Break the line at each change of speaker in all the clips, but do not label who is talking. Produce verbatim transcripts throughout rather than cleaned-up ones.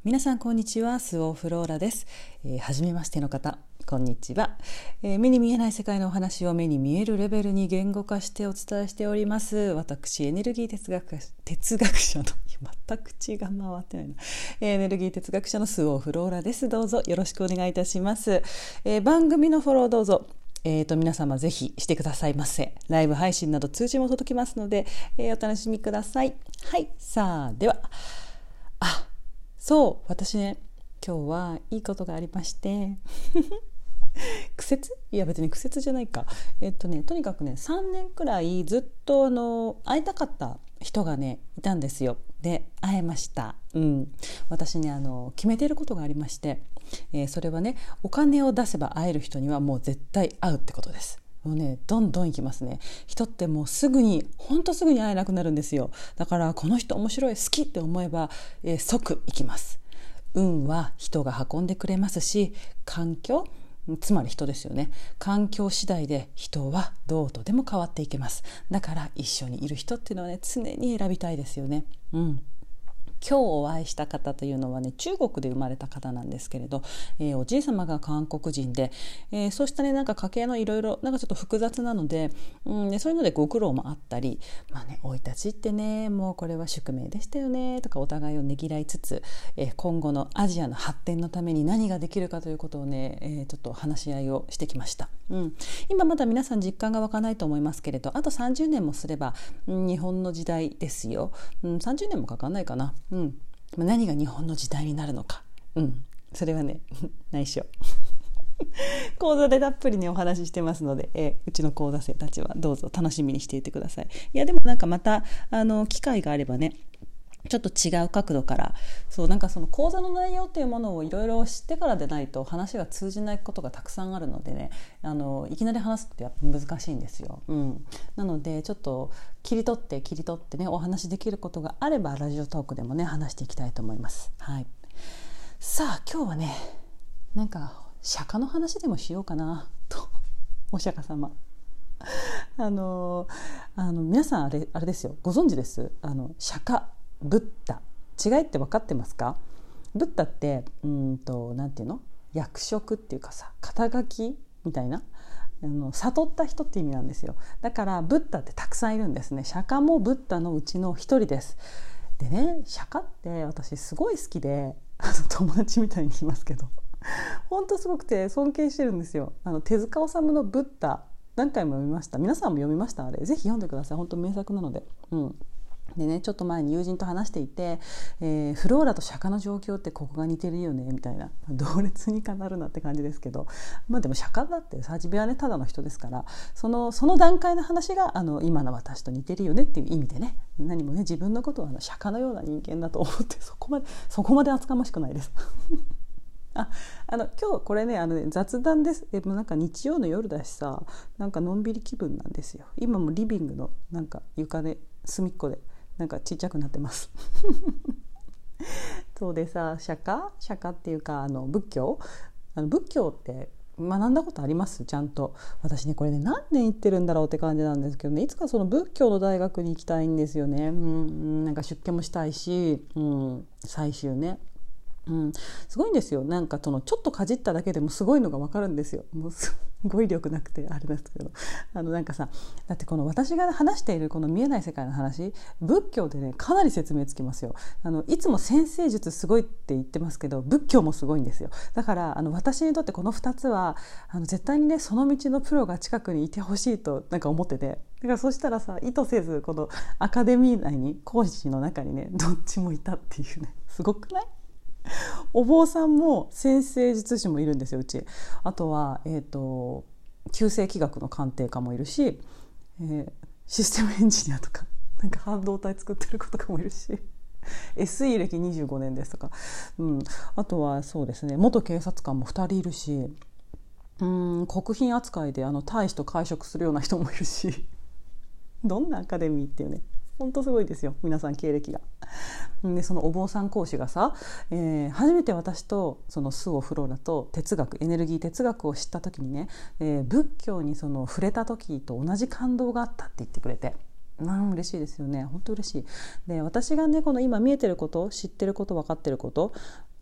皆さんこんにちは、スオフローラです。えー、初めましての方こんにちは、えー、目に見えない世界のお話を目に見えるレベルに言語化してお伝えしております。私エネルギー哲学哲学者の全く口が回ってないなエネルギー哲学者のスオフローラです。どうぞよろしくお願いいたします。えー、番組のフォローどうぞえー、と皆様ぜひしてくださいませ。ライブ配信など通知も届きますので、えー、お楽しみください。はい、さあではあそう私ね今日はいいことがありまして苦節いや別に苦節じゃないかえっとねとにかくねさんねんくらいずっとあの会いたかった人がねいたんですよ。で会えました、うん、私ねあの決めていることがありまして、えー、それはねお金を出せば会える人にはもう絶対会うってことです。もうねどんどん行きますね。人ってもうすぐにほんとすぐに会えなくなるんですよ。だからこの人面白い好きって思えば、えー、即行きます。運は人が運んでくれますし、環境つまり人ですよね。環境次第で人はどうとでも変わっていけます。だから一緒にいる人っていうのはね常に選びたいですよね。うん今日お会いした方というのはね中国で生まれた方なんですけれど、えー、おじい様が韓国人で、えー、そうしたねなんか家系のいろいろなんかちょっと複雑なので、うんね、そういうのでご苦労もあったり、まあね生い立ちってねもうこれは宿命でしたよねとかお互いをねぎらいつつ、えー、今後のアジアの発展のために何ができるかということをね、えー、ちょっと話し合いをしてきました。うん、今まだ皆さん実感が湧かないと思いますけれど、あとさんじゅうねんもすれば、うん、日本の時代ですよ、うん、さんじゅうねんもかかんないかな。うん、何が日本の時代になるのか、うん、それはね内緒講座でたっぷりねお話ししてますので、えー、うちの講座生たちはどうぞ楽しみにしていてください。いやでもなんかまたあの機会があればねちょっと違う角度からそうなんかその講座の内容っていうものをいろいろ知ってからでないと話が通じないことがたくさんあるのでねあのいきなり話すってやっぱ難しいんですよ、うん、なのでちょっと切り取って切り取ってねお話できることがあればラジオトークでもね話していきたいと思います。はい、さあ今日はねなんか釈迦の話でもしようかなとお釈迦様あのあの皆さんあれあれですよご存知ですあの釈迦ブッダ違いって分かってますか？ブッダってうんとなんていうの役職っていうかさ肩書きみたいなあの悟った人って意味なんですよ。だからブッダってたくさんいるんですね。釈迦もブッダのうちの一人です。でね釈迦って私すごい好きであの友達みたいに言いますけど本当すごくて尊敬してるんですよ。あの手塚治虫のブッダ何回も読みました。皆さんも読みました？あれぜひ読んでください。本当名作なので。うんでね、ちょっと前に友人と話していて、えー、フローラと釈迦の状況ってここが似てるよねみたいな同列に語るなって感じですけど、まあでも釈迦だってさ自分はねただの人ですからその、その段階の話があの今の私と似てるよねっていう意味でね何もね自分のことはあの釈迦のような人間だと思ってそこまでそこまで厚かましくないですああの今日これねあのね雑談です。えもうなんか日曜の夜だしさなんかのんびり気分なんですよ。今もリビングのなんか床で隅っこでなんかちっちゃくなってますそうでさ釈迦釈迦っていうかあの仏教あの仏教って学んだことあります？ちゃんと私ねこれね何年行ってるんだろうって感じなんですけどねいつかその仏教の大学に行きたいんですよね、うん、なんか出家もしたいし、うん、最終ねうん、すごいんですよ。なんかそのちょっとかじっただけでもすごいのが分かるんですよ。もうす語彙力なくてあれですけどあのなんかさだってこの私が話しているこの見えない世界の話仏教でねかなり説明つきますよ。あのいつも占星術すごいって言ってますけど仏教もすごいんですよ。だからあの私にとってこのふたつはあの絶対にねその道のプロが近くにいてほしいとなんか思っててだからそしたらさ意図せずこのアカデミー内に講師の中にねどっちもいたっていうねすごくない？お坊さんも占星術師もいるんですようち。あとは、えーと、旧世紀学の鑑定家もいるし、えー、システムエンジニアとかなんか半導体作ってる子とかもいるしエスイー 歴にじゅうごねんですとか、うん、あとはそうですね元警察官もふたりいるしうん国賓扱いであの大使と会食するような人もいるしどんなアカデミーっていうね本当すごいですよ皆さん経歴が。でそのお坊さん講師がさ、えー、初めて私とそのスオフローラと哲学エネルギー哲学を知った時にね、えー、仏教にその触れた時と同じ感動があったって言ってくれて、うん、嬉しいですよね。本当嬉しい。で私がねこの今見えてること知ってること分かってること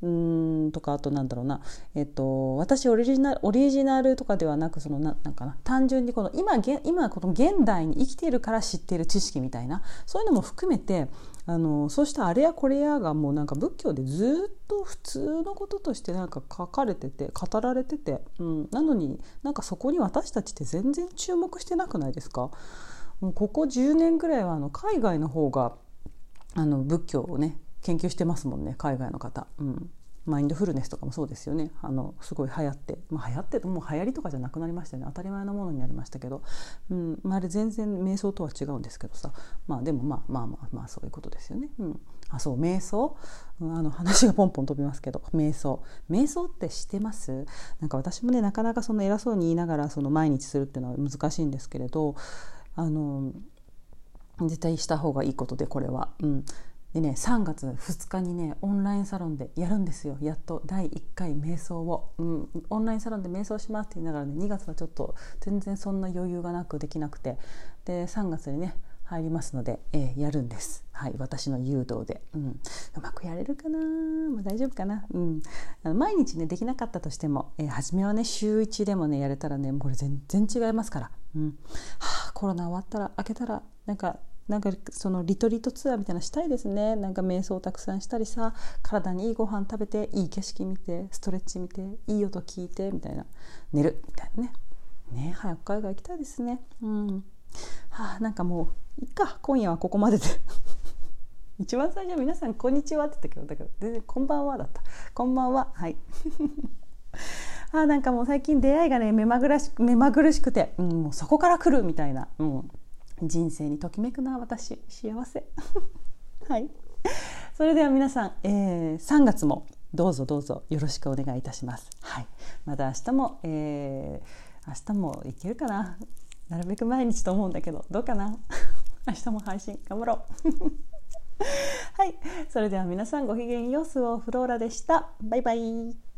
うーんとか、あとなんだろうな、えっと、私オリジナル、オリジナルとかではなく、そのななんかな、単純にこの今、今この現代に生きているから知っている知識みたいな、そういうのも含めて、あのそうしたあれやこれやがもうなんか仏教でずっと普通のこととしてなんか書かれてて語られてて、うん、なのになんかそこに私たちって全然注目してなくないですか？もうここじゅうねんぐらいはあの海外の方があの仏教をね研究してますもんね、海外の方、うん、マインドフルネスとかもそうですよね。あのすごい流行って、まあ、流行ってもう流行りとかじゃなくなりましたよね。当たり前のものになりましたけど、うんまあ、あれ全然瞑想とは違うんですけどさ、まあでもまあまあまあまあそういうことですよね。うん、あそう瞑想、うん、あの話がポンポン飛びますけど、瞑想瞑想って知ってます？なんか私もねなかなかその偉そうに言いながらその毎日するっていうのは難しいんですけれど、あの絶対した方がいいことで、これは、うん、でね、さんがつふつかにねオンラインサロンでやるんですよ。やっとだいいっかい瞑想を、うん、オンラインサロンで瞑想しますって言いながらね、にがつはちょっと全然そんな余裕がなくできなくて、でさんがつにね入りますので、えー、やるんです、はい、私の誘導で、うん、うまくやれるかな、まあ、大丈夫かな、うん、あの毎日ねできなかったとしても、えー、初めはね週いちでもねやれたらね、これ全然違いますから、うんはあ、コロナ終わったら明けたらなんかなんかそのリトリートツアーみたいなのしたいですね。なんか瞑想をたくさんしたりさ、体にいいご飯食べて、いい景色見て、ストレッチ見て、いい音聞いてみたいな、寝るみたいなね。ね、早く海外行きたいですね。うん。はあ、なんかもういいか、今夜はここまでで一番最初は皆さんこんにちはって言ったけど、だから全然こんばんはだった。こんばんは、はいあ、なんかもう最近出会いがね目まぐるしく目まぐるしくて、うん、もうそこから来るみたいな、うん、人生にときめくな私、幸せはい、それでは皆さん、えー、さんがつもどうぞどうぞよろしくお願いいたします。はい、また明日も、えー、明日もいけるかな、なるべく毎日と思うんだけどどうかな明日も配信頑張ろうはい、それでは皆さんごきげんよう、スオフローラでした。バイバイ。